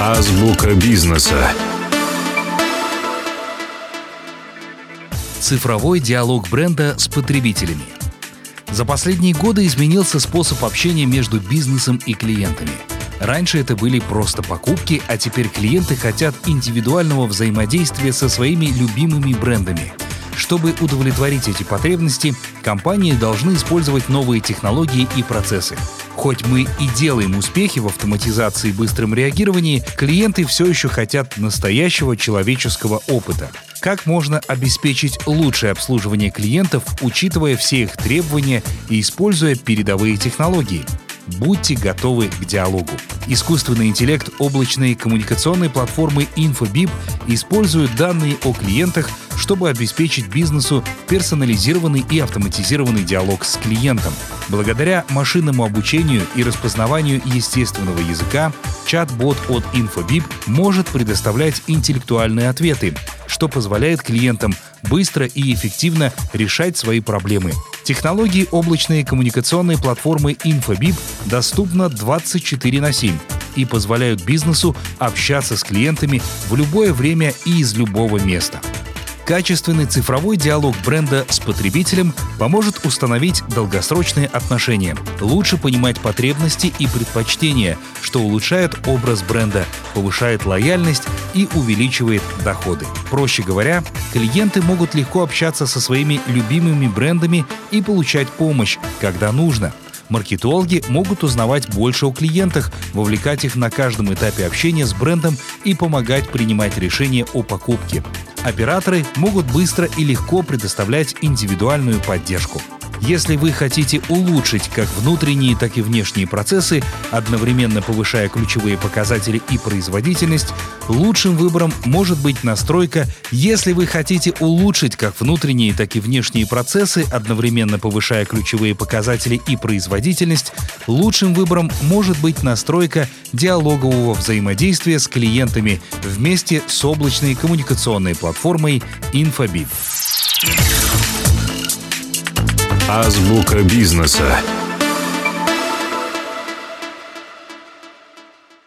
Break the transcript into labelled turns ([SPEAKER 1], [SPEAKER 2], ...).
[SPEAKER 1] Азбука бизнеса.
[SPEAKER 2] Цифровой диалог бренда с потребителями. За последние годы изменился способ общения между бизнесом и клиентами. Раньше это были просто покупки, а теперь клиенты хотят индивидуального взаимодействия со своими любимыми брендами. Чтобы удовлетворить эти потребности, компании должны использовать новые технологии и процессы. Хоть мы и делаем успехи в автоматизации и быстром реагировании, клиенты все еще хотят настоящего человеческого опыта. Как можно обеспечить лучшее обслуживание клиентов, учитывая все их требования и используя передовые технологии? Будьте готовы к диалогу. Искусственный интеллект облачной коммуникационной платформы InfoBip использует данные о клиентах, чтобы обеспечить бизнесу персонализированный и автоматизированный диалог с клиентом. Благодаря машинному обучению и распознаванию естественного языка, чат-бот от InfoBip может предоставлять интеллектуальные ответы, что позволяет клиентам быстро и эффективно решать свои проблемы. Технологии облачной коммуникационной платформы InfoBip доступны 24/7 и позволяют бизнесу общаться с клиентами в любое время и из любого места. Качественный цифровой диалог бренда с потребителем поможет установить долгосрочные отношения, лучше понимать потребности и предпочтения, что улучшает образ бренда, повышает лояльность и увеличивает доходы. Проще говоря, клиенты могут легко общаться со своими любимыми брендами и получать помощь, когда нужно. Маркетологи могут узнавать больше о клиентах, вовлекать их на каждом этапе общения с брендом и помогать принимать решения о покупке. Операторы могут быстро и легко предоставлять индивидуальную поддержку. Если вы хотите улучшить как внутренние, так и внешние процессы, одновременно повышая ключевые показатели и производительность, лучшим выбором может быть настройка «Если вы хотите улучшить как внутренние, так и внешние процессы, одновременно повышая ключевые показатели и производительность», лучшим выбором может быть настройка диалогового взаимодействия с клиентами вместе с облачной коммуникационной платформой InfoBip.
[SPEAKER 1] Азбука бизнеса.